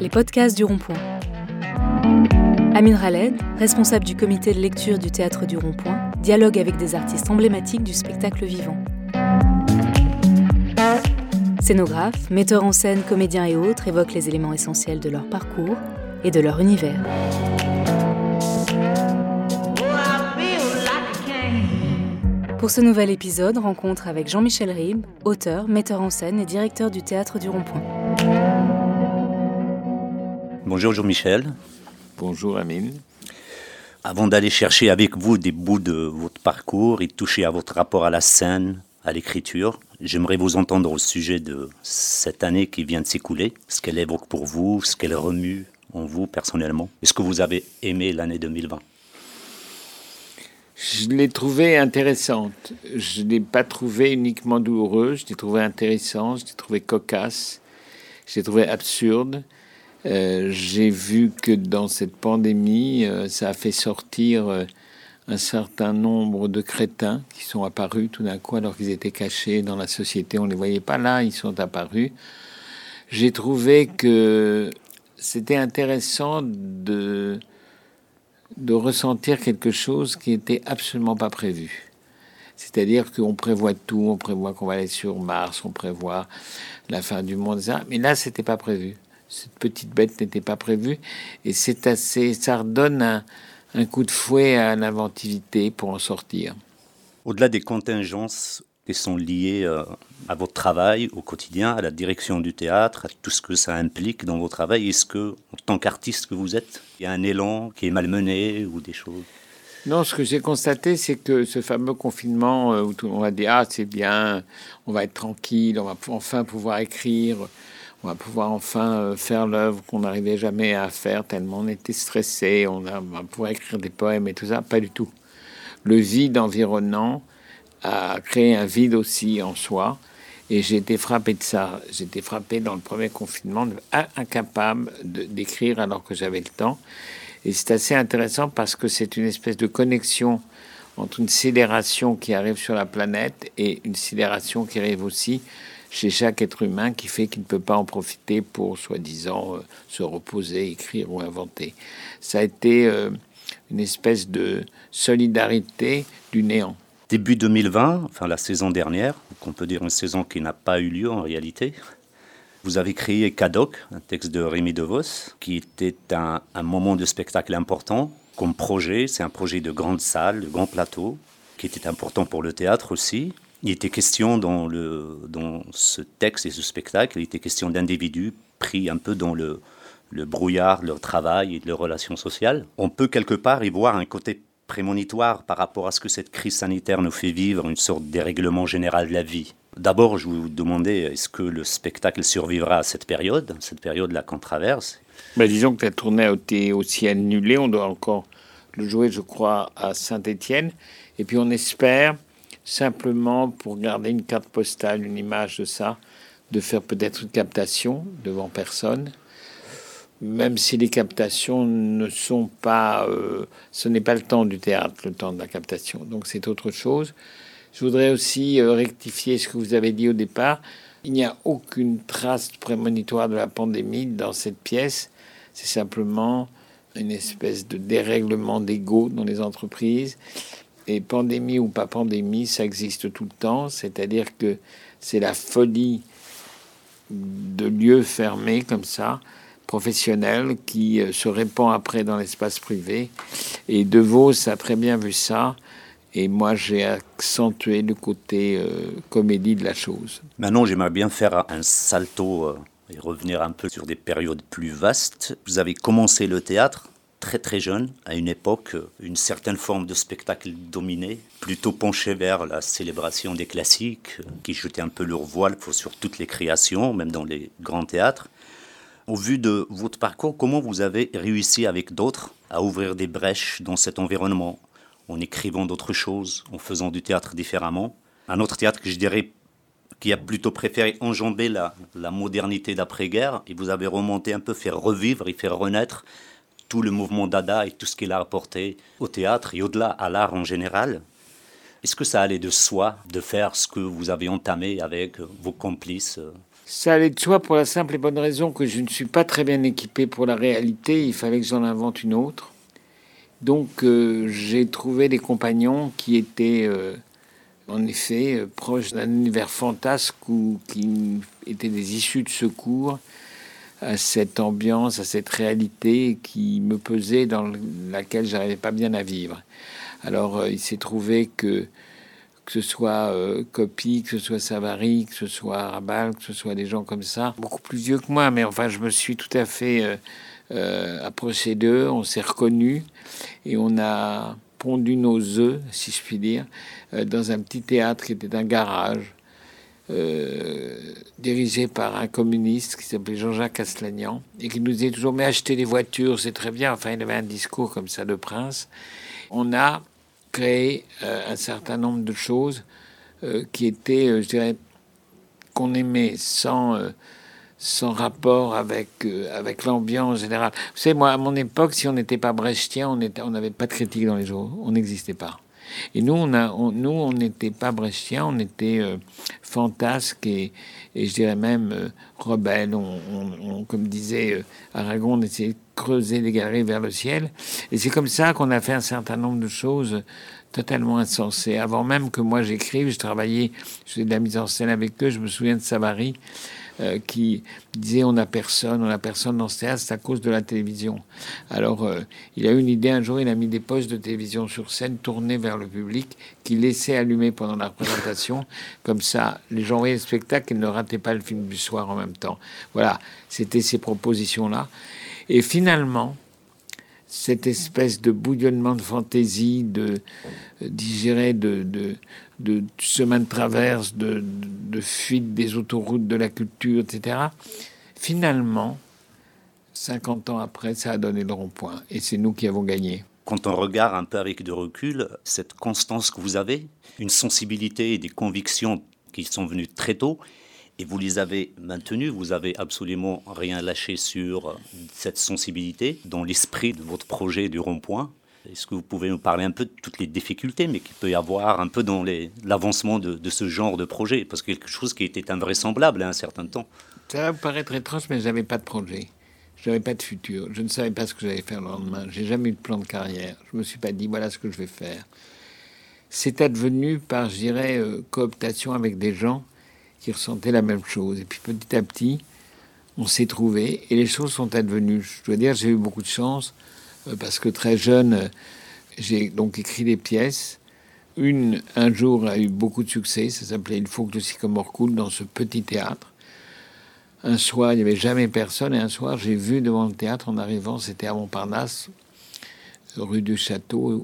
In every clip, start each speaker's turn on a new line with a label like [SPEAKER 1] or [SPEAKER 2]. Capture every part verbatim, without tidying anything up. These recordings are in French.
[SPEAKER 1] les podcasts du Rond-Point. Amine Raled, responsable du comité de lecture du Théâtre du Rond-Point, dialogue avec des artistes emblématiques du spectacle vivant. Scénographes, metteurs en scène, comédiens et autres évoquent les éléments essentiels de leur parcours et de leur univers. Pour ce nouvel épisode, rencontre avec Jean-Michel Ribes, auteur, metteur en scène et directeur du Théâtre du Rond-Point.
[SPEAKER 2] Bonjour Jean-Michel.
[SPEAKER 3] Bonjour Amine.
[SPEAKER 2] Avant d'aller chercher avec vous des bouts de votre parcours et toucher à votre rapport à la scène, à l'écriture, j'aimerais vous entendre au sujet de cette année qui vient de s'écouler, ce qu'elle évoque pour vous, ce qu'elle remue en vous personnellement. Est-ce que vous avez aimé l'année deux mille vingt ?
[SPEAKER 3] Je l'ai trouvée intéressante. Je ne l'ai pas trouvée uniquement douloureuse, je l'ai trouvée intéressante, je l'ai trouvée cocasse, je l'ai trouvée absurde. Euh, j'ai vu que dans cette pandémie, euh, ça a fait sortir euh, un certain nombre de crétins qui sont apparus tout d'un coup alors qu'ils étaient cachés dans la société. On ne les voyait pas là, ils sont apparus. J'ai trouvé que c'était intéressant de... de ressentir quelque chose qui n'était absolument pas prévu. C'est-à-dire qu'on prévoit tout, on prévoit qu'on va aller sur Mars, on prévoit la fin du monde, et cetera. Mais là, c'était pas prévu. Cette petite bête n'était pas prévue. Et c'est assez, ça redonne un, un coup de fouet à l'inventivité pour en sortir.
[SPEAKER 2] Au-delà des contingences qui sont liées euh, à votre travail au quotidien, à la direction du théâtre, à tout ce que ça implique dans votre travail, est-ce que, en tant qu'artiste que vous êtes, il y a un élan qui est malmené ou des choses ?
[SPEAKER 3] Non, ce que j'ai constaté, c'est que ce fameux confinement euh, où tout, on va dire « Ah, c'est bien, on va être tranquille, on va enfin pouvoir écrire, on va pouvoir enfin euh, faire l'œuvre qu'on n'arrivait jamais à faire tellement on était stressé, on, a, on va pouvoir écrire des poèmes et tout ça. » Pas du tout. Le vide environnant a créé un vide aussi en soi. Et j'ai été frappé de ça. J'ai été frappé dans le premier confinement, de, incapable de, d'écrire alors que j'avais le temps. Et c'est assez intéressant parce que c'est une espèce de connexion entre une sidération qui arrive sur la planète et une sidération qui arrive aussi chez chaque être humain qui fait qu'il ne peut pas en profiter pour, soi-disant, euh, se reposer, écrire ou inventer. Ça a été euh, une espèce de solidarité du néant.
[SPEAKER 2] Début deux mille vingt, enfin la saison dernière, qu'on peut dire une saison qui n'a pas eu lieu en réalité, vous avez créé Cadoc, un texte de Rémi DeVos, qui était un, un moment de spectacle important comme projet. C'est un projet de grande salle, de grand plateau, qui était important pour le théâtre aussi. Il était question dans, le, dans ce texte et ce spectacle, il était question d'individus pris un peu dans le, le brouillard de leur travail et de leurs relations sociales. On peut quelque part y voir un côté prémonitoire par rapport à ce que cette crise sanitaire nous fait vivre, une sorte de dérèglement général de la vie. D'abord, je vous demandais, est-ce que le spectacle survivra à cette période, cette période-là qu'on traverse ?
[SPEAKER 3] Ben, disons que la tournée a été aussi annulée, on doit encore le jouer, je crois, à Saint-Étienne. Et puis on espère, simplement pour garder une carte postale, une image de ça, de faire peut-être une captation devant personne. Même si les captations ne sont pas... Euh, ce n'est pas le temps du théâtre, le temps de la captation. Donc c'est autre chose. Je voudrais aussi euh, rectifier ce que vous avez dit au départ. Il n'y a aucune trace prémonitoire de la pandémie dans cette pièce. C'est simplement une espèce de dérèglement d'ego dans les entreprises. Et pandémie ou pas pandémie, ça existe tout le temps. C'est-à-dire que c'est la folie de lieux fermés comme ça, professionnel qui se répand après dans l'espace privé. Et De Vos a très bien vu ça. Et moi, j'ai accentué le côté euh, comédie de la chose.
[SPEAKER 2] Maintenant, j'aimerais bien faire un salto euh, et revenir un peu sur des périodes plus vastes. Vous avez commencé le théâtre très très jeune, à une époque, une certaine forme de spectacle dominé, plutôt penché vers la célébration des classiques, qui jetaient un peu leur voile sur toutes les créations, même dans les grands théâtres. Au vu de votre parcours, comment vous avez réussi avec d'autres à ouvrir des brèches dans cet environnement, en écrivant d'autres choses, en faisant du théâtre différemment ? Un autre théâtre que je dirais qui a plutôt préféré enjamber la, la modernité d'après-guerre, et vous avez remonté un peu, faire revivre et faire renaître tout le mouvement Dada et tout ce qu'il a apporté au théâtre et au-delà à l'art en général. Est-ce que ça allait de soi de faire ce que vous avez entamé avec vos complices ?
[SPEAKER 3] Ça allait de soi pour la simple et bonne raison que je ne suis pas très bien équipé pour la réalité. Il fallait que j'en invente une autre. Donc euh, j'ai trouvé des compagnons qui étaient euh, en effet euh, proches d'un univers fantasque ou qui étaient des issues de secours à cette ambiance, à cette réalité qui me pesait, dans laquelle j'arrivais pas bien à vivre. Alors euh, il s'est trouvé que que ce soit euh, Coppi, que ce soit Savary, que ce soit Rabal, que ce soit des gens comme ça, beaucoup plus vieux que moi, mais enfin je me suis tout à fait euh, euh, approché d'eux, on s'est reconnus et on a pondu nos œufs, si je puis dire, euh, dans un petit théâtre qui était un garage, euh, dirigé par un communiste qui s'appelait Jean-Jacques Aslanian et qui nous disait toujours « mais achetez des voitures, c'est très bien ». Enfin, il avait un discours comme ça de prince. On a créé euh, un certain nombre de choses euh, qui étaient, euh, je dirais, qu'on aimait sans, euh, sans rapport avec, euh, avec l'ambiance générale. Vous savez, moi, à mon époque, si on n'était pas brechtien, on était, on n'avait pas de critique dans les journaux, on n'existait pas. Et nous, on a, on, nous, on n'était pas brechtiens, on était euh, fantasques et, et je dirais même euh, rebelles. On, on, on, comme disait euh, Aragon, on essayait de creuser des galeries vers le ciel. Et c'est comme ça qu'on a fait un certain nombre de choses totalement insensées. Avant même que moi j'écrive, je travaillais, je faisais de la mise en scène avec eux. Je me souviens de Savary euh, qui disait on n'a personne, on n'a personne dans ce théâtre, c'est à cause de la télévision. Alors euh, il a eu une idée un jour, il a mis des postes de télévision sur scène tournés vers le public, qu'il laissait allumer pendant la représentation. Comme ça, les gens voyaient le spectacle et ne rataient pas le film du soir en même temps. Voilà, c'était ces propositions-là. Et finalement, cette espèce de bouillonnement de fantaisie, de, digérer de, de, de chemin de traverse, de, de, de fuite des autoroutes de la culture, et cetera. Finalement, cinquante ans après, ça a donné le rond-point. Et c'est nous qui avons gagné.
[SPEAKER 2] Quand on regarde un peu avec de recul, cette constance que vous avez, une sensibilité et des convictions qui sont venues très tôt, et vous les avez maintenues, vous avez absolument rien lâché sur cette sensibilité dans l'esprit de votre projet du rond-point. Est-ce que vous pouvez nous parler un peu de toutes les difficultés, mais qu'il peut y avoir un peu dans les, l'avancement de, de ce genre de projet? Parce que quelque chose qui était invraisemblable à un certain temps.
[SPEAKER 3] Ça va vous paraître étrange, mais je n'avais pas de projet. Je n'avais pas de futur. Je ne savais pas ce que j'allais faire le lendemain. J'ai jamais eu de plan de carrière. Je me suis pas dit, voilà ce que je vais faire. C'est advenu par, je dirais, euh, cooptation avec des gens qui ressentaient la même chose. Et puis petit à petit, on s'est trouvé et les choses sont advenues. Je dois dire, j'ai eu beaucoup de chance euh, parce que très jeune, euh, j'ai donc écrit des pièces. Une, un jour, a eu beaucoup de succès. Ça s'appelait « Il faut que le sycomore coule » dans ce petit théâtre. Un soir, il n'y avait jamais personne. Et un soir, j'ai vu devant le théâtre, en arrivant, c'était à Montparnasse, rue du Château.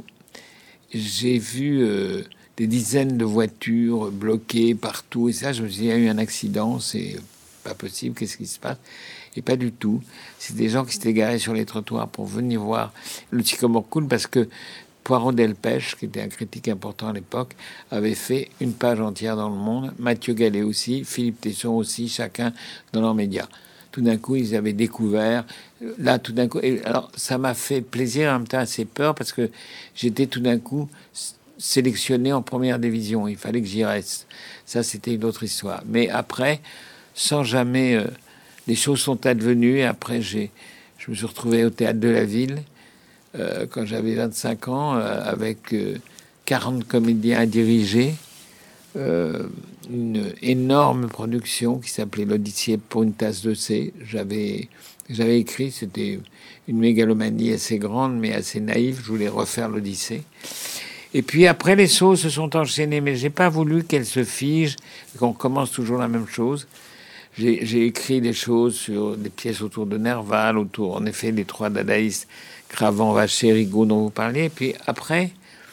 [SPEAKER 3] J'ai vu... Euh, des dizaines de voitures bloquées partout. Et ça, je me suis dit, il y a eu un accident, c'est pas possible, qu'est-ce qui se passe? Et pas du tout. C'est des gens qui s'étaient garés sur les trottoirs pour venir voir le sycomore coule parce que Poirot Delpech, qui était un critique important à l'époque, avait fait une page entière dans Le Monde. Mathieu Gallet aussi, Philippe Tesson aussi, chacun dans leurs médias. Tout d'un coup, ils avaient découvert. Là, tout d'un coup... Et alors, ça m'a fait plaisir, en même temps assez peur, parce que j'étais tout d'un coup... sélectionné en première division. Il fallait que j'y reste. Ça, c'était une autre histoire. Mais après, sans jamais... Euh, les choses sont advenues. Et après, j'ai, je me suis retrouvé au Théâtre de la Ville euh, quand j'avais vingt-cinq ans, euh, avec euh, quarante comédiens à diriger. Euh, une énorme production qui s'appelait L'Odyssée pour une tasse de thé. J'avais, j'avais écrit, c'était une mégalomanie assez grande, mais assez naïve. Je voulais refaire l'Odyssée. Et puis après, les choses se sont enchaînées, mais j'ai pas voulu qu'elles se figent, qu'on commence toujours la même chose. J'ai, j'ai écrit des choses sur des pièces autour de Nerval, autour, en effet, des trois dadaïstes, Cravant, Vacher, Rigaud, dont vous parliez. Et puis après,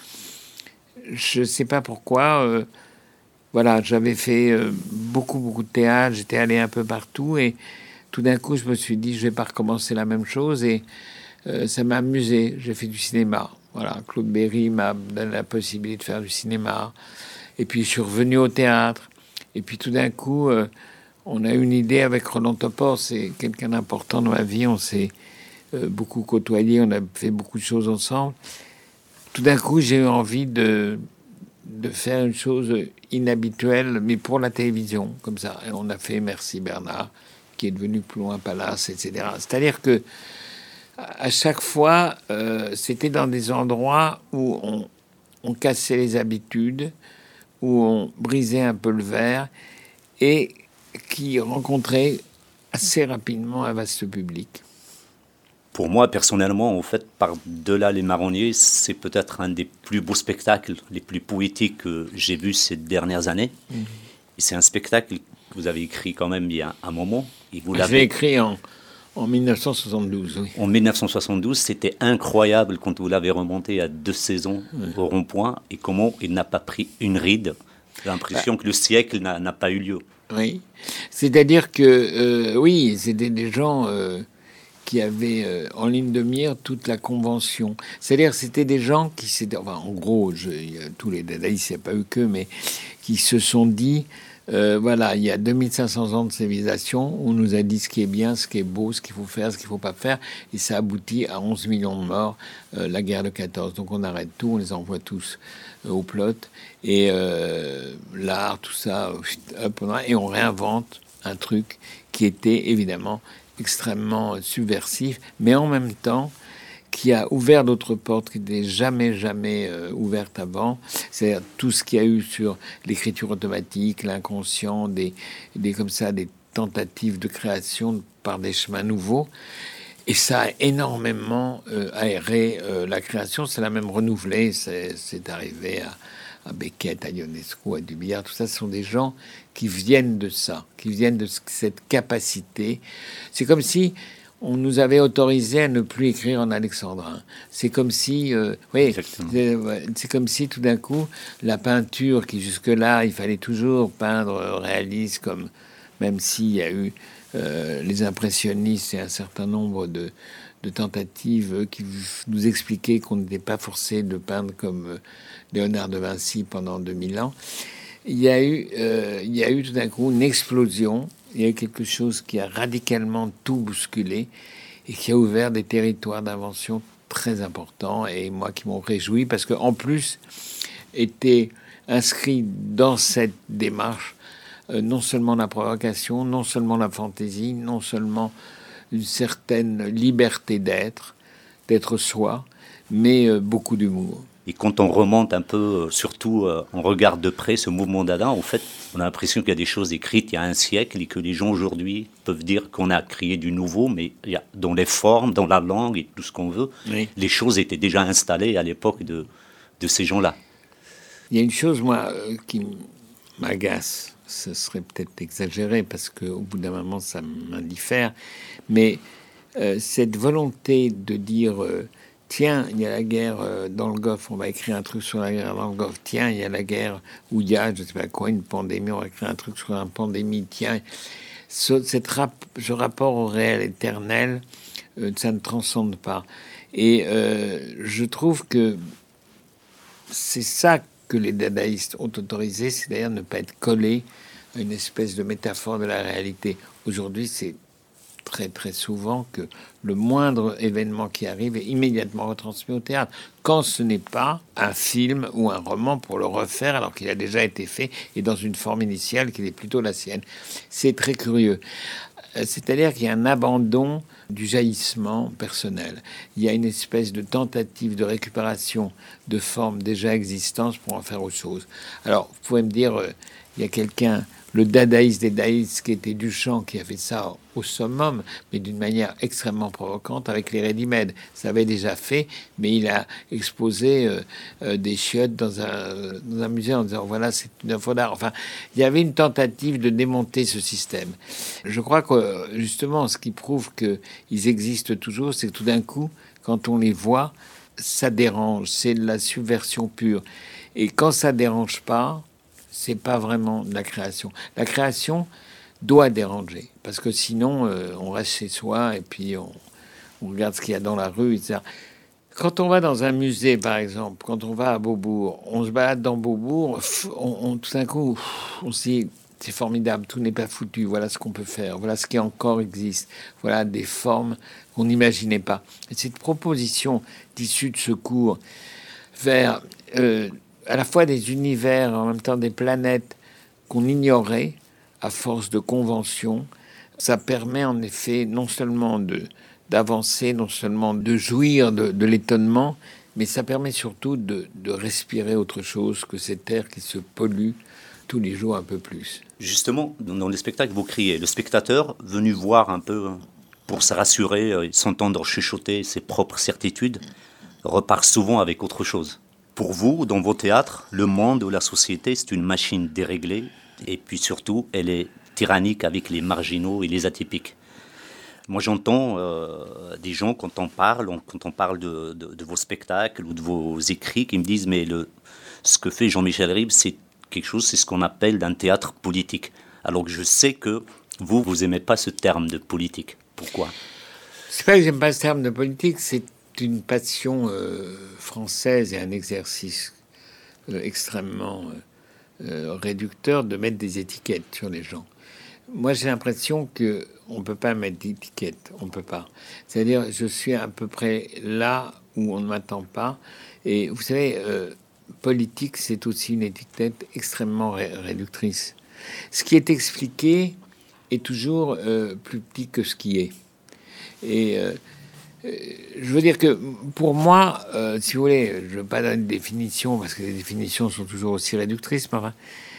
[SPEAKER 3] je sais pas pourquoi, euh, voilà, j'avais fait euh, beaucoup, beaucoup de théâtre, j'étais allé un peu partout, et tout d'un coup, je me suis dit, je vais pas recommencer la même chose, et euh, ça m'a amusé. J'ai fait du cinéma. Voilà, Claude Berry m'a donné la possibilité de faire du cinéma. Et puis, je suis revenu au théâtre. Et puis, tout d'un coup, euh, on a eu une idée avec Roland Topor. C'est quelqu'un d'important dans ma vie. On s'est euh, beaucoup côtoyé. On a fait beaucoup de choses ensemble. Tout d'un coup, j'ai eu envie de, de faire une chose inhabituelle, mais pour la télévision, comme ça. Et on a fait Merci Bernard, qui est devenu Plus loin Palace, et cetera. C'est-à-dire que à chaque fois, euh, c'était dans des endroits où on, on cassait les habitudes, où on brisait un peu le verre, et qui rencontrait assez rapidement un vaste public.
[SPEAKER 2] Pour moi, personnellement, en fait, par-delà les marronniers, c'est peut-être un des plus beaux spectacles, les plus poétiques que j'ai vus ces dernières années. Mmh. Et c'est un spectacle que vous avez écrit quand même il y a un moment. Et vous
[SPEAKER 3] Je
[SPEAKER 2] l'avez
[SPEAKER 3] l'ai écrit en, en dix-neuf cent soixante-douze, oui.
[SPEAKER 2] En dix-neuf cent soixante-douze, c'était incroyable quand vous l'avez remonté à deux saisons mmh. au Rond-Point, et comment il n'a pas pris une ride. J'ai l'impression bah. que le siècle n'a, n'a pas eu lieu.
[SPEAKER 3] Oui, c'est-à-dire que, euh, oui, c'était des gens... Euh, qui avaient euh, en ligne de mire toute la convention. C'est-à-dire c'était des gens qui s'étaient... Enfin, en gros, je, il y a tous les dadaïstes, il n'y a pas eu que, mais qui se sont dit, euh, voilà, il y a deux mille cinq cents ans de civilisation, on nous a dit ce qui est bien, ce qui est beau, ce qu'il faut faire, ce qu'il ne faut pas faire, et ça aboutit à onze millions de morts, euh, la guerre de quatorze. Donc on arrête tout, on les envoie tous euh, au plot, et euh, l'art, tout ça, hop, et on réinvente un truc qui était évidemment extrêmement subversif, mais en même temps qui a ouvert d'autres portes qui n'étaient jamais, jamais euh, ouvertes avant. C'est-à-dire tout ce qu'il y a eu sur l'écriture automatique, l'inconscient, des, des, comme ça, des tentatives de création par des chemins nouveaux. Et ça a énormément euh, aéré euh, la création. Ça l'a même renouvelé. C'est, c'est arrivé à, à Beckett, à Ionesco, à Dubillard. Tout ça, ce sont des gens qui viennent de ça, qui viennent de cette capacité. C'est comme si on nous avait autorisé à ne plus écrire en alexandrin. C'est comme si, euh, oui, c'est, c'est comme si tout d'un coup, la peinture qui jusque-là, il fallait toujours peindre réaliste, comme même s'il y a eu euh, les impressionnistes et un certain nombre de, de tentatives qui nous expliquaient qu'on n'était pas forcé de peindre comme Léonard de Vinci pendant deux mille ans. Il y a eu, euh, il y a eu tout d'un coup une explosion. Il y a eu quelque chose qui a radicalement tout bousculé et qui a ouvert des territoires d'invention très importants, et moi qui m'ont réjoui parce que en plus était inscrit dans cette démarche euh, non seulement la provocation, non seulement la fantaisie, non seulement une certaine liberté d'être, d'être soi, mais euh, beaucoup d'humour.
[SPEAKER 2] Et quand on remonte un peu, surtout euh, on regarde de près ce mouvement dada, en fait, on a l'impression qu'il y a des choses écrites il y a un siècle et que les gens aujourd'hui peuvent dire qu'on a créé du nouveau, mais il y a, dans les formes, dans la langue et tout ce qu'on veut, oui. Les choses étaient déjà installées à l'époque de, de ces gens-là.
[SPEAKER 3] Il y a une chose, moi, euh, qui m'agace, ce serait peut-être exagéré parce qu'au bout d'un moment, ça m'indiffère, mais euh, cette volonté de dire... Euh, Tiens, il y a la guerre dans le Golfe, on va écrire un truc sur la guerre dans le Golfe. Tiens, il y a la guerre où il y a, je ne sais pas quoi, une pandémie, on va écrire un truc sur une pandémie. Tiens, ce, cette rap- ce rapport au réel éternel, euh, ça ne transcende pas. Et euh, je trouve que c'est ça que les dadaïstes ont autorisé, c'est-à-dire ne pas être collé à une espèce de métaphore de la réalité. Aujourd'hui, c'est très très souvent que le moindre événement qui arrive est immédiatement retransmis au théâtre, quand ce n'est pas un film ou un roman pour le refaire alors qu'il a déjà été fait et dans une forme initiale qui est plutôt la sienne. C'est très curieux. C'est-à-dire qu'il y a un abandon du jaillissement personnel. Il y a une espèce de tentative de récupération de formes déjà existantes pour en faire autre chose. Alors, vous pouvez me dire, euh, il y a quelqu'un... Le dadaïste des dadaïstes qui était Duchamp, qui a fait ça au summum, mais d'une manière extrêmement provocante avec les ready-made. Ça avait déjà fait, mais il a exposé euh, euh, des chiottes dans un, dans un musée en disant voilà, c'est une œuvre d'art. Enfin, il y avait une tentative de démonter ce système. Je crois que justement, ce qui prouve qu'ils existent toujours, c'est que tout d'un coup, quand on les voit, ça dérange. C'est de la subversion pure. Et quand ça dérange pas, c'est pas vraiment de la création. La création doit déranger, parce que sinon, euh, on reste chez soi et puis on, on regarde ce qu'il y a dans la rue, et cetera. Quand on va dans un musée, par exemple, quand on va à Beaubourg, on se balade dans Beaubourg, on, on, tout d'un coup, on se dit, c'est formidable, tout n'est pas foutu, voilà ce qu'on peut faire, voilà ce qui encore existe, voilà des formes qu'on n'imaginait pas. Et cette proposition d'issue de secours vers... Euh, à la fois des univers, en même temps des planètes qu'on ignorait à force de conventions. Ça permet en effet non seulement de, d'avancer, non seulement de jouir de, de l'étonnement, mais ça permet surtout de, de respirer autre chose que cet air qui se pollue tous les jours un peu plus.
[SPEAKER 2] Justement, dans les spectacles, vous criez. Le spectateur, venu voir un peu pour se rassurer, s'entendre chuchoter ses propres certitudes, repart souvent avec autre chose. Pour vous, dans vos théâtres, le monde ou la société, c'est une machine déréglée, et puis surtout, elle est tyrannique avec les marginaux et les atypiques. Moi, j'entends euh, des gens, quand on parle, on, quand on parle de, de, de vos spectacles ou de vos écrits, qui me disent, mais le, ce que fait Jean-Michel Ribes, c'est quelque chose, c'est ce qu'on appelle d'un théâtre politique. Alors que je sais que vous, vous n'aimez pas ce terme de politique. Pourquoi ?
[SPEAKER 3] C'est pas que j'aime pas ce terme de politique, c'est une passion euh, française et un exercice euh, extrêmement euh, réducteur de mettre des étiquettes sur les gens. Moi, j'ai l'impression que on peut pas mettre d'étiquette, on peut pas. C'est-à-dire, je suis à peu près là où on ne m'attend pas. Et vous savez, euh, politique, c'est aussi une étiquette extrêmement ré- réductrice. Ce qui est expliqué est toujours euh, plus petit que ce qui est. Et euh, je veux dire que pour moi, euh, si vous voulez, je ne veux pas donner de définition parce que les définitions sont toujours aussi réductrices, mais enfin,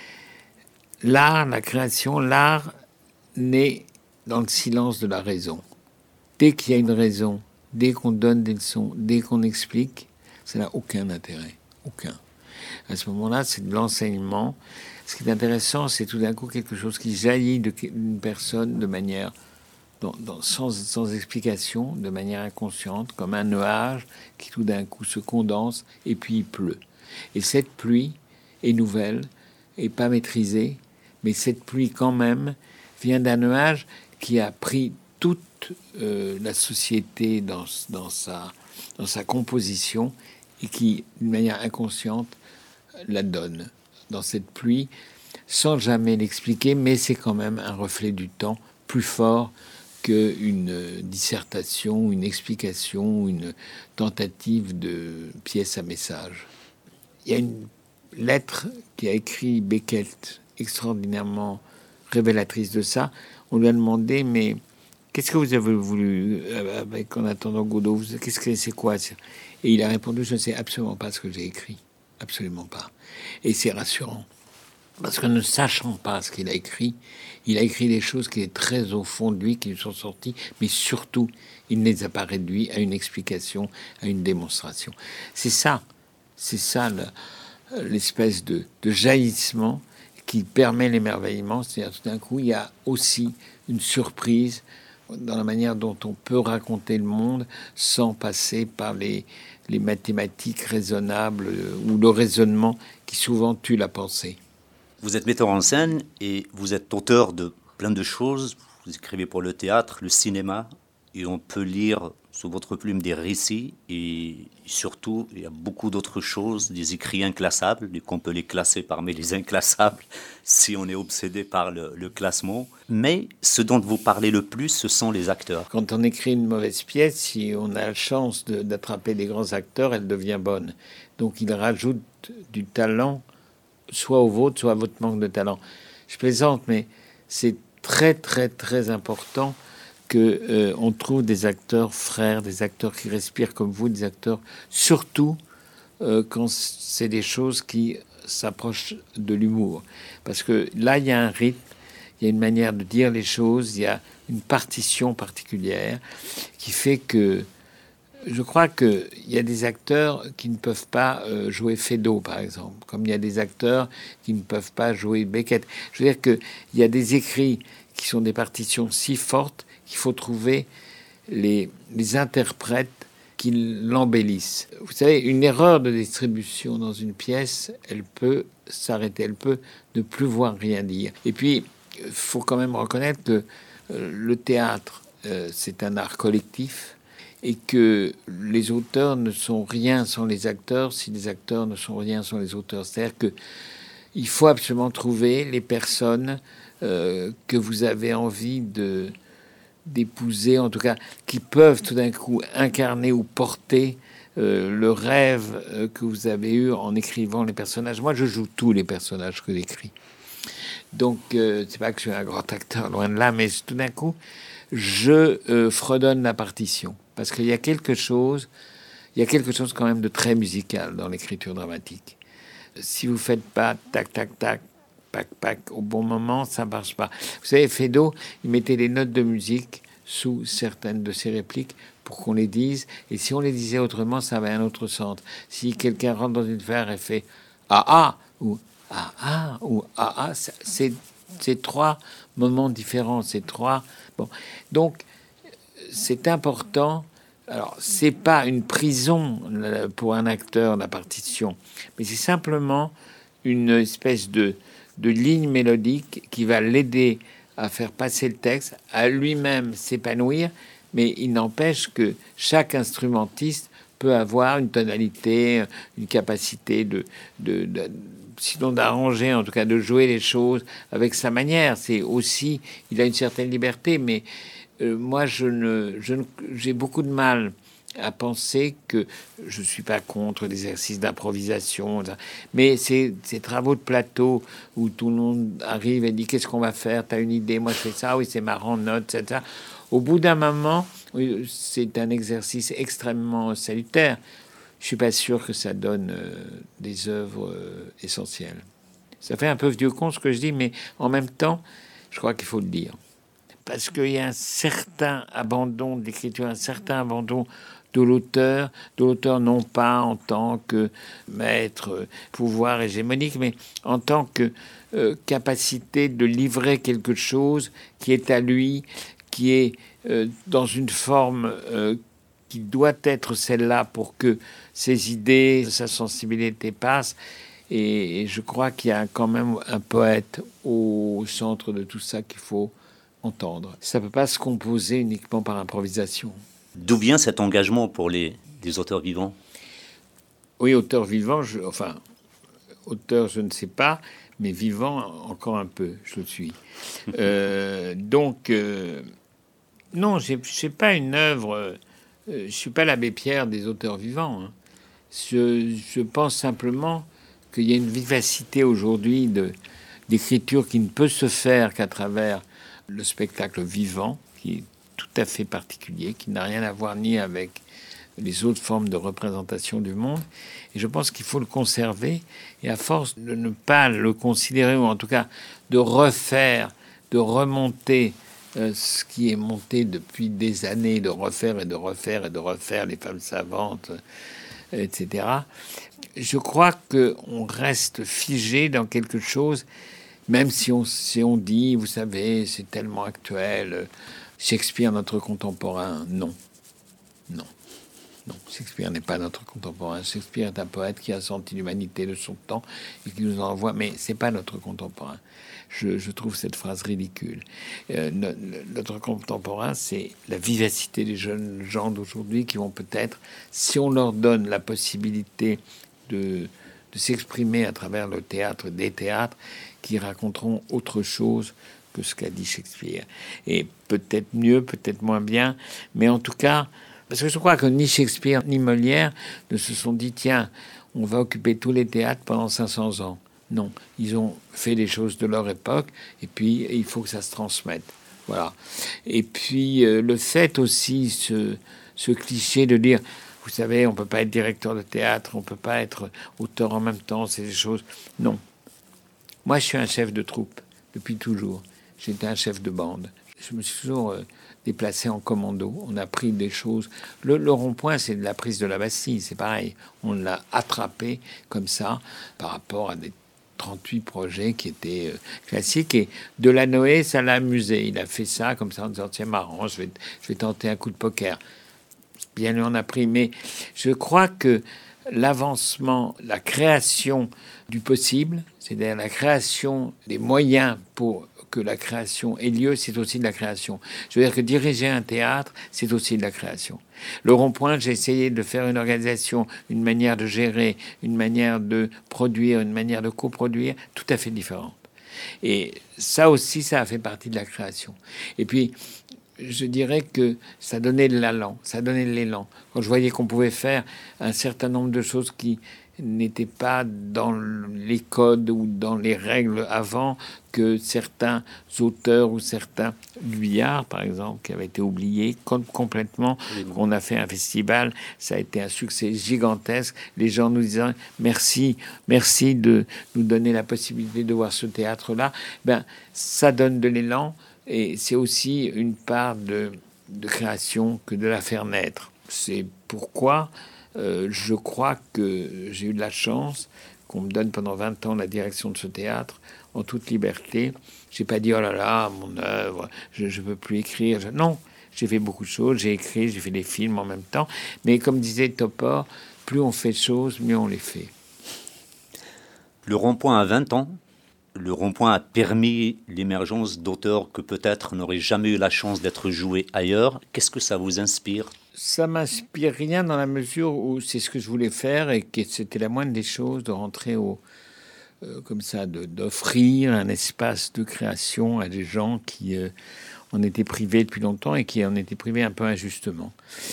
[SPEAKER 3] l'art, la création, l'art naît dans le silence de la raison. Dès qu'il y a une raison, dès qu'on donne des leçons, dès qu'on explique, ça n'a aucun intérêt. Aucun. À ce moment-là, c'est de l'enseignement. Ce qui est intéressant, c'est tout d'un coup quelque chose qui jaillit d'une personne de manière, dans, dans, sans, sans explication, de manière inconsciente, comme un nuage qui tout d'un coup se condense et puis il pleut. Et cette pluie est nouvelle, et pas maîtrisée, mais cette pluie quand même vient d'un nuage qui a pris toute euh, la société dans, dans, sa, dans sa composition et qui, d'une manière inconsciente, la donne dans cette pluie, sans jamais l'expliquer, mais c'est quand même un reflet du temps plus fort qu'une dissertation, une explication, une tentative de pièce à message. Il y a une lettre qui a écrit Beckett, extraordinairement révélatrice de ça. On lui a demandé, mais qu'est-ce que vous avez voulu avec En attendant Godot? Qu'est-ce que c'est quoi? Et il a répondu, je ne sais absolument pas ce que j'ai écrit. Absolument pas. Et c'est rassurant. Parce que ne sachant pas ce qu'il a écrit, il a écrit des choses qui est très au fond de lui, qui lui sont sorties, mais surtout, il ne les a pas réduits à une explication, à une démonstration. C'est ça, c'est ça le, l'espèce de, de jaillissement qui permet l'émerveillement. C'est-à-dire tout d'un coup, il y a aussi une surprise dans la manière dont on peut raconter le monde sans passer par les, les mathématiques raisonnables ou le raisonnement qui souvent tue la pensée.
[SPEAKER 2] Vous êtes metteur en scène et vous êtes auteur de plein de choses. Vous écrivez pour le théâtre, le cinéma, et on peut lire sous votre plume des récits. Et surtout, il y a beaucoup d'autres choses, des écrits inclassables, et qu'on peut les classer parmi les inclassables si on est obsédé par le, le classement. Mais ce dont vous parlez le plus, ce sont les acteurs.
[SPEAKER 3] Quand on écrit une mauvaise pièce, si on a la chance de, d'attraper des grands acteurs, elle devient bonne. Donc il rajoute du talent, soit au vôtre, soit à votre manque de talent. Je plaisante, mais c'est très, très, très important qu'on euh, trouve des acteurs frères, des acteurs qui respirent comme vous, des acteurs, surtout euh, quand c'est des choses qui s'approchent de l'humour. Parce que là, il y a un rythme, il y a une manière de dire les choses, il y a une partition particulière qui fait que je crois qu'il y a des acteurs qui ne peuvent pas euh, jouer Feydeau, par exemple, comme il y a des acteurs qui ne peuvent pas jouer Beckett. Je veux dire qu'il y a des écrits qui sont des partitions si fortes qu'il faut trouver les, les interprètes qui l'embellissent. Vous savez, une erreur de distribution dans une pièce, elle peut s'arrêter, elle peut ne plus voir rien dire. Et puis, il faut quand même reconnaître que euh, le théâtre, euh, c'est un art collectif, et que les auteurs ne sont rien sans les acteurs, si les acteurs ne sont rien sans les auteurs. C'est-à-dire qu'il faut absolument trouver les personnes euh, que vous avez envie de, d'épouser, en tout cas, qui peuvent tout d'un coup incarner ou porter euh, le rêve euh, que vous avez eu en écrivant les personnages. Moi, je joue tous les personnages que j'écris. Donc, euh, c'est pas que je suis un grand acteur, loin de là, mais tout d'un coup, je euh, fredonne la partition. Parce qu'il y a quelque chose, il y a quelque chose quand même de très musical dans l'écriture dramatique. Si vous faites pas tac, tac, tac, pac, pac, au bon moment, ça marche pas. Vous savez, Feydeau, il mettait des notes de musique sous certaines de ses répliques pour qu'on les dise. Et si on les disait autrement, ça avait un autre sens. Si quelqu'un rentre dans une sphère et fait « ah ah » ou « ah ah » ou « ah ah », c'est, c'est trois moments différents. C'est trois... Bon. Donc, c'est important... Alors, c'est pas une prison pour un acteur, la partition, mais c'est simplement une espèce de, de ligne mélodique qui va l'aider à faire passer le texte, à lui-même s'épanouir, mais il n'empêche que chaque instrumentiste peut avoir une tonalité, une capacité de, de, de sinon d'arranger, en tout cas de jouer les choses avec sa manière. C'est aussi, il a une certaine liberté, mais Euh, moi, je ne, je ne, j'ai beaucoup de mal à penser que je ne suis pas contre l'exercice d'improvisation, mais ces, ces travaux de plateau où tout le monde arrive et dit qu'est-ce qu'on va faire, t'as une idée, moi je fais ça, oui c'est marrant, note, et cetera. Au bout d'un moment, c'est un exercice extrêmement salutaire. Je suis pas sûr que ça donne euh, des œuvres euh, essentielles. Ça fait un peu vieux con ce que je dis, mais en même temps, je crois qu'il faut le dire. Parce qu'il y a un certain abandon de l'écriture, un certain abandon de l'auteur, de l'auteur non pas en tant que maître, pouvoir hégémonique, mais en tant que euh, capacité de livrer quelque chose qui est à lui, qui est euh, dans une forme euh, qui doit être celle-là pour que ses idées, sa sensibilité passent. Et, et je crois qu'il y a quand même un poète au centre de tout ça qu'il faut entendre. Ça ne peut pas se composer uniquement par improvisation.
[SPEAKER 2] D'où vient cet engagement pour les, les auteurs vivants?
[SPEAKER 3] Oui, auteur vivant, je, enfin, auteur, je ne sais pas, mais vivant, encore un peu, je le suis. euh, donc, euh, non, je n'ai pas une œuvre, euh, je ne suis pas l'abbé Pierre des auteurs vivants. Hein. Je, je pense simplement qu'il y a une vivacité aujourd'hui de, d'écriture qui ne peut se faire qu'à travers le spectacle vivant, qui est tout à fait particulier, qui n'a rien à voir ni avec les autres formes de représentation du monde. Et je pense qu'il faut le conserver. Et à force de ne pas le considérer, ou en tout cas de refaire, de remonter euh, ce qui est monté depuis des années, de refaire et de refaire et de refaire les femmes savantes, et cetera, je crois qu'on reste figé dans quelque chose. Même si on, si on dit, vous savez, c'est tellement actuel, Shakespeare, notre contemporain, non. Non. Non, Shakespeare n'est pas notre contemporain. Shakespeare est un poète qui a senti l'humanité de son temps et qui nous envoie, mais c'est pas notre contemporain. Je, je trouve cette phrase ridicule. Euh, no, notre contemporain, c'est la vivacité des jeunes gens d'aujourd'hui qui vont peut-être, si on leur donne la possibilité de, de s'exprimer à travers le théâtre, des théâtres, qui raconteront autre chose que ce qu'a dit Shakespeare. Et peut-être mieux, peut-être moins bien, mais en tout cas, parce que je crois que ni Shakespeare ni Molière ne se sont dit, tiens, on va occuper tous les théâtres pendant cinq cents ans. Non, ils ont fait les choses de leur époque, et puis il faut que ça se transmette. Voilà. Et puis euh, le fait aussi, ce, ce cliché de dire, vous savez, on peut pas être directeur de théâtre, on peut pas être auteur en même temps, c'est des choses... Non. Moi, je suis un chef de troupe, depuis toujours. J'étais un chef de bande. Je me suis toujours euh, déplacé en commando. On a pris des choses... Le, le rond-point, c'est de la prise de la Bastille, c'est pareil. On l'a attrapé comme ça, par rapport à des trente-huit projets qui étaient euh, classiques. Et Delanoë, ça l'a amusé. Il a fait ça comme ça en disant, tiens, marrant, je vais, je vais tenter un coup de poker. Bien, lui en a pris. Mais je crois que l'avancement, la création du possible, c'est-à-dire la création des moyens pour que la création ait lieu, c'est aussi de la création. Je veux dire que diriger un théâtre, c'est aussi de la création. Le Rond-Point, j'ai essayé de faire une organisation, une manière de gérer, une manière de produire, une manière de coproduire, tout à fait différente. Et ça aussi, ça a fait partie de la création. Et puis, je dirais que ça donnait de l'allant, ça donnait de l'élan. Quand je voyais qu'on pouvait faire un certain nombre de choses qui n'étaient pas dans les codes ou dans les règles avant, que certains auteurs ou certains Vuillard, par exemple, qui avaient été oubliés comme complètement. Oui, on a fait un festival, ça a été un succès gigantesque. Les gens nous disaient merci, merci de nous donner la possibilité de voir ce théâtre-là. Ben, ça donne de l'élan. Et c'est aussi une part de, de création que de la faire naître. C'est pourquoi euh, je crois que j'ai eu de la chance qu'on me donne pendant vingt ans la direction de ce théâtre en toute liberté. J'ai pas dit oh là là, mon œuvre, je ne peux plus écrire. Je... Non, j'ai fait beaucoup de choses. J'ai écrit, j'ai fait des films en même temps. Mais comme disait Topor, plus on fait de choses, mieux on les fait.
[SPEAKER 2] Le Rond-Point a vingt ans. Le Rond-Point a permis l'émergence d'auteurs que peut-être n'auraient jamais eu la chance d'être joués ailleurs. Qu'est-ce que ça vous inspire ?
[SPEAKER 3] Ça m'inspire rien dans la mesure où c'est ce que je voulais faire et que c'était la moindre des choses de rentrer au, euh, comme ça, de, d'offrir un espace de création à des gens qui euh, en étaient privés depuis longtemps et qui en étaient privés un peu injustement.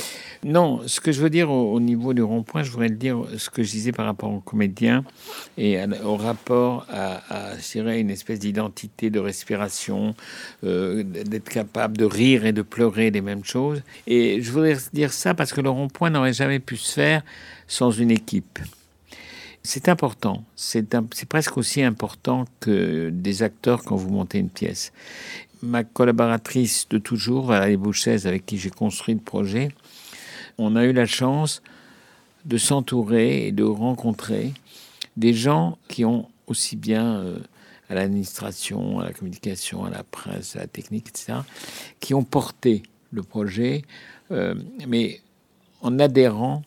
[SPEAKER 3] Non, ce que je veux dire au, au niveau du Rond-Point, je voudrais le dire ce que je disais par rapport aux comédiens et à, au rapport à, à je dirais, une espèce d'identité de respiration, euh, d'être capable de rire et de pleurer des mêmes choses. Et je voudrais dire ça parce que le Rond-Point n'aurait jamais pu se faire sans une équipe. C'est important, c'est, un, c'est presque aussi important que des acteurs quand vous montez une pièce. Ma collaboratrice de toujours, Valérie Bouchez, avec qui j'ai construit le projet, on a eu la chance de s'entourer et de rencontrer des gens qui ont aussi bien euh, à l'administration, à la communication, à la presse, à la technique, et cetera, qui ont porté le projet, euh, mais en adhérant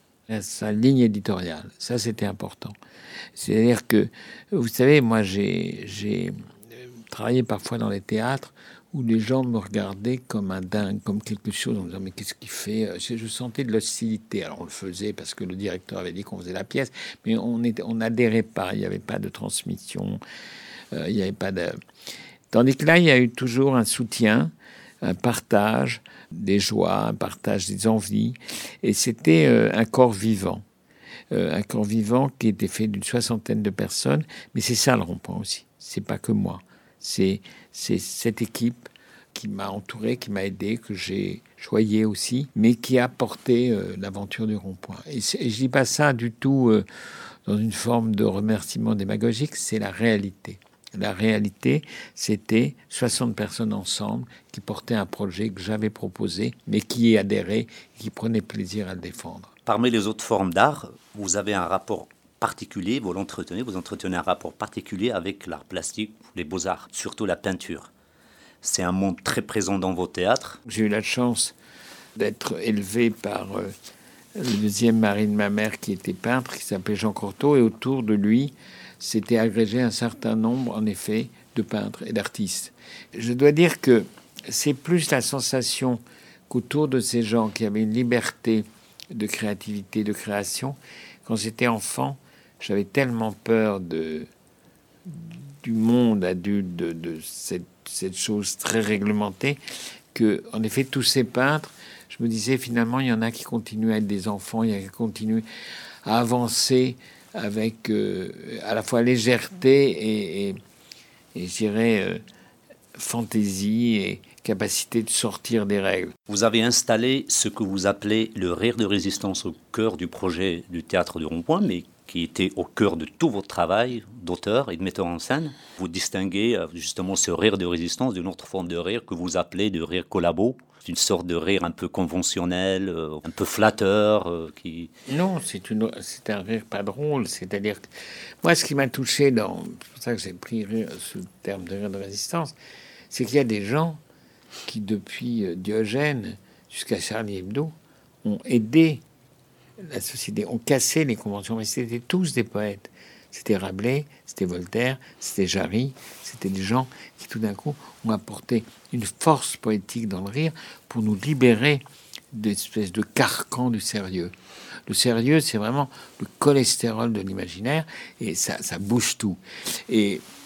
[SPEAKER 3] à sa ligne éditoriale. Ça, c'était important. C'est-à-dire que, vous savez, moi, j'ai, j'ai travaillé parfois dans les théâtres où les gens me regardaient comme un dingue, comme quelque chose, en me disant « mais qu'est-ce qu'il fait ?» Je sentais de l'hostilité. Alors on le faisait parce que le directeur avait dit qu'on faisait la pièce, mais on n'adhérait on pas, il n'y avait pas de transmission, euh, il n'y avait pas de... Tandis que là, il y a eu toujours un soutien, un partage des joies, un partage des envies, et c'était euh, un corps vivant. Euh, un corps vivant qui était fait d'une soixantaine de personnes, mais c'est ça le Rond-Point aussi, c'est pas que moi. C'est, c'est cette équipe qui m'a entouré, qui m'a aidé, que j'ai choyé aussi, mais qui a porté euh, l'aventure du Rond-Point. Et, et je dis pas ça du tout euh, dans une forme de remerciement démagogique, c'est la réalité. La réalité, c'était soixante personnes ensemble qui portaient un projet que j'avais proposé, mais qui y adhéraient, qui prenaient plaisir à le défendre.
[SPEAKER 2] Parmi les autres formes d'art, vous avez un rapport particulier, vous l'entretenez, vous entretenez un rapport particulier avec l'art plastique, les beaux-arts, surtout la peinture. C'est un monde très présent dans vos théâtres.
[SPEAKER 3] J'ai eu la chance d'être élevé par euh, le deuxième mari de ma mère qui était peintre, qui s'appelait Jean Cortot, et autour de lui s'était agrégé un certain nombre, en effet, de peintres et d'artistes. Je dois dire que c'est plus la sensation qu'autour de ces gens qui avaient une liberté de créativité, de création, quand j'étais enfant, j'avais tellement peur de, du monde adulte, de, de cette, cette chose très réglementée, que, en effet, tous ces peintres, je me disais, finalement, il y en a qui continuent à être des enfants, il y en a qui continuent à avancer avec euh, à la fois légèreté et, et, et je dirais, euh, fantaisie et capacité de sortir des règles.
[SPEAKER 2] Vous avez installé ce que vous appelez le rire de résistance au cœur du projet du Théâtre du Rond-Point, mais qui était au cœur de tout votre travail d'auteur et de metteur en scène. Vous distinguez justement ce rire de résistance d'une autre forme de rire que vous appelez de rire collabo. C'est une sorte de rire un peu conventionnel, un peu flatteur. Qui...
[SPEAKER 3] Non, c'est, une, c'est un rire pas drôle. C'est-à-dire que moi, ce qui m'a touché, dans, c'est pour ça que j'ai pris rire, ce terme de rire de résistance, c'est qu'il y a des gens qui, depuis Diogène jusqu'à Charlie Hebdo, ont aidé la société, ont cassé les conventions, mais c'était tous des poètes. C'était Rabelais, c'était Voltaire, c'était Jarry, c'était des gens qui tout d'un coup ont apporté une force poétique dans le rire pour nous libérer d'espèces de carcans du sérieux. Le sérieux, c'est vraiment le cholestérol de l'imaginaire et ça, ça bouge tout. Et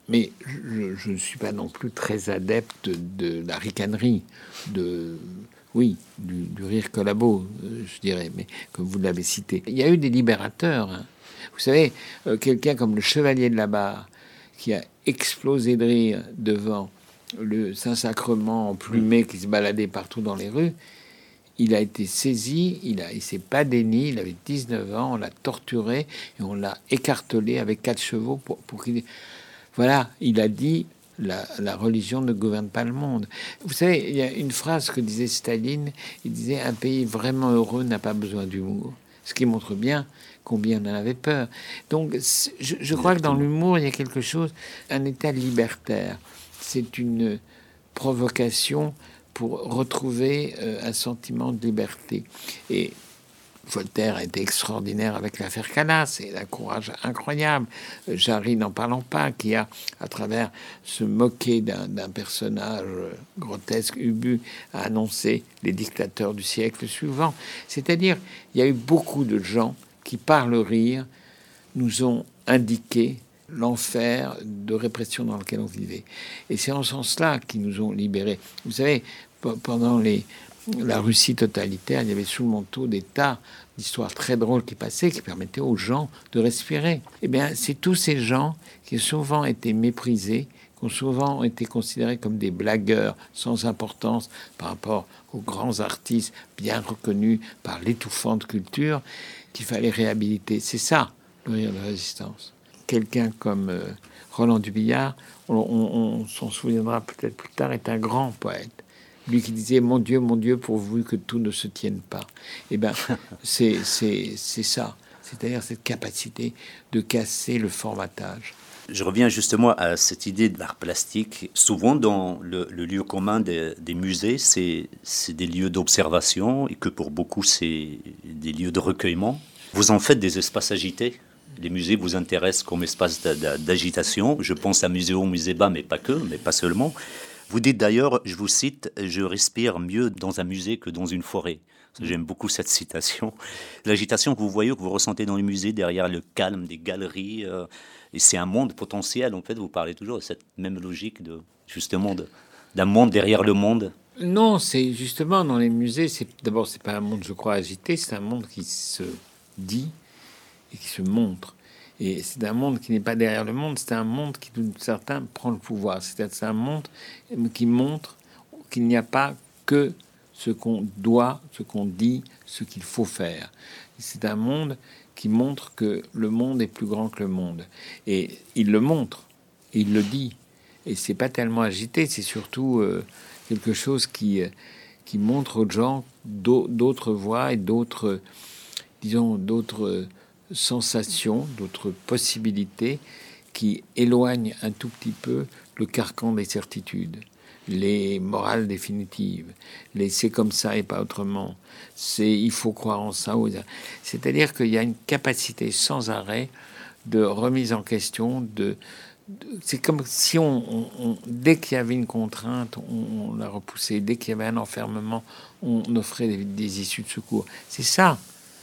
[SPEAKER 3] mais je ne suis pas non plus très adepte de la ricanerie, de, oui, du, du rire collabo, je dirais, mais comme vous l'avez cité. Il y a eu des libérateurs. Hein. Vous savez, euh, quelqu'un comme le Chevalier de la Barre, qui a explosé de rire devant le Saint-Sacrement emplumé qui se baladait partout dans les rues, il a été saisi, il a, il s'est pas déni, il avait dix-neuf ans, on l'a torturé et on l'a écartelé avec quatre chevaux pour, pour qu'il... Voilà, il a dit la, la religion ne gouverne pas le monde. Vous savez, il y a une phrase que disait Staline, il disait un pays vraiment heureux n'a pas besoin d'humour. Ce qui montre bien combien on en avait peur. Donc, je, je crois que dans l'humour, il y a quelque chose, un état libertaire. C'est une provocation pour retrouver euh, un sentiment de liberté. Et Voltaire a été extraordinaire avec l'affaire Calas, et un courage incroyable. Jarry, n'en parlons pas, qui a, à travers se moquer d'un, d'un personnage grotesque, ubu, a annoncé les dictateurs du siècle suivant. C'est-à-dire, il y a eu beaucoup de gens qui, par le rire, nous ont indiqué l'enfer de répression dans lequel on vivait. Et c'est en ce sens-là qu'ils nous ont libérés. Vous savez, pendant les, la Russie totalitaire, il y avait sous le manteau des tas d'histoires très drôles qui passaient, qui permettaient aux gens de respirer. Eh bien, c'est tous ces gens qui ont souvent été méprisés, qui ont souvent été considérés comme des blagueurs sans importance par rapport aux grands artistes bien reconnus par l'étouffante culture, qu'il fallait réhabiliter. C'est ça, le rire de résistance. Quelqu'un comme euh, Roland Dubillard, on, on, on s'en souviendra peut-être plus tard, est un grand poète. Lui qui disait « Mon Dieu, mon Dieu, pourvu que tout ne se tienne pas ». Eh bien, c'est, c'est, c'est ça. C'est-à-dire cette capacité de casser le formatage.
[SPEAKER 2] Je reviens justement à cette idée de l'art plastique. Souvent, dans le, le lieu commun des, des musées, c'est, c'est des lieux d'observation et que pour beaucoup, c'est des lieux de recueillement. Vous en faites des espaces agités. Les musées vous intéressent comme espace d'agitation. Je pense à Muséo, Muséba, mais pas que, mais pas seulement. Vous dites d'ailleurs, je vous cite, « Je respire mieux dans un musée que dans une forêt ». J'aime beaucoup cette citation. L'agitation que vous voyez, que vous ressentez dans les musées, derrière le calme des galeries, euh, et c'est un monde potentiel, en fait, vous parlez toujours de cette même logique, de, justement, de, d'un monde derrière le monde.
[SPEAKER 3] Non, c'est justement dans les musées, c'est, d'abord, c'est pas un monde, je crois, agité, c'est un monde qui se dit et qui se montre. Et c'est un monde qui n'est pas derrière le monde, c'est un monde qui, d'un certain, prend le pouvoir. C'est-à-dire c'est un monde qui montre qu'il n'y a pas que ce qu'on doit, ce qu'on dit, ce qu'il faut faire. C'est un monde qui montre que le monde est plus grand que le monde. Et il le montre, il le dit. Et c'est pas tellement agité, c'est surtout euh, quelque chose qui, euh, qui montre aux gens d'autres voies et d'autres, disons, d'autres sensations, d'autres possibilités qui éloignent un tout petit peu le carcan des certitudes, les morales définitives, les c'est comme ça et pas autrement, c'est il faut croire en ça. C'est-à-dire qu'il y a une capacité sans arrêt de remise en question, de, de c'est comme si on, on, on dès qu'il y avait une contrainte, on, on la repoussait, dès qu'il y avait un enfermement, on offrait des, des issues de secours. C'est ça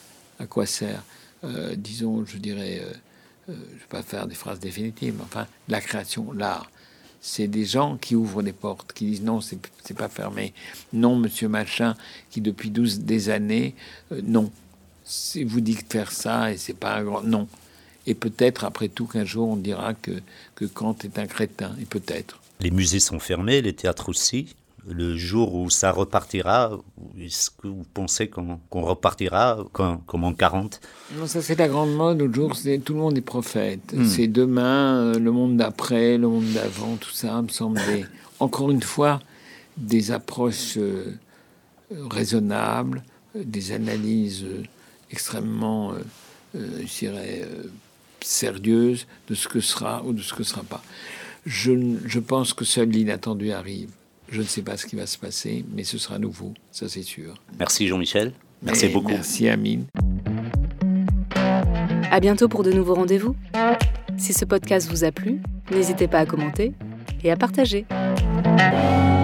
[SPEAKER 3] à quoi sert Euh, disons, je dirais, euh, euh, je ne vais pas faire des phrases définitives, mais enfin, la création, l'art, c'est des gens qui ouvrent des portes, qui disent non, c'est, c'est pas fermé. Non, monsieur machin, qui depuis douze des années, euh, non. Si vous dites faire ça, et c'est pas un grand... Non. Et peut-être, après tout, qu'un jour, on dira que, que Kant est un crétin, et peut-être.
[SPEAKER 2] Les musées sont fermés, les théâtres aussi. Le jour où ça repartira, est-ce que vous pensez qu'on, qu'on repartira comme, comme en quarante?
[SPEAKER 3] Non, ça c'est la grande mode. L'autre jour, c'est, tout le monde est prophète. Mm. C'est demain, euh, le monde d'après, le monde d'avant, tout ça me semble des, encore une fois des approches euh, raisonnables, euh, des analyses euh, extrêmement, euh, euh, je dirais, euh, sérieuses de ce que sera ou de ce que sera pas. Je, je pense que seul l'inattendu arrive. Je ne sais pas ce qui va se passer, mais ce sera nouveau, ça c'est sûr.
[SPEAKER 2] Merci Jean-Michel, merci
[SPEAKER 3] mais
[SPEAKER 2] beaucoup.
[SPEAKER 3] Merci Amine.
[SPEAKER 1] À bientôt pour de nouveaux rendez-vous. Si ce podcast vous a plu, n'hésitez pas à commenter et à partager.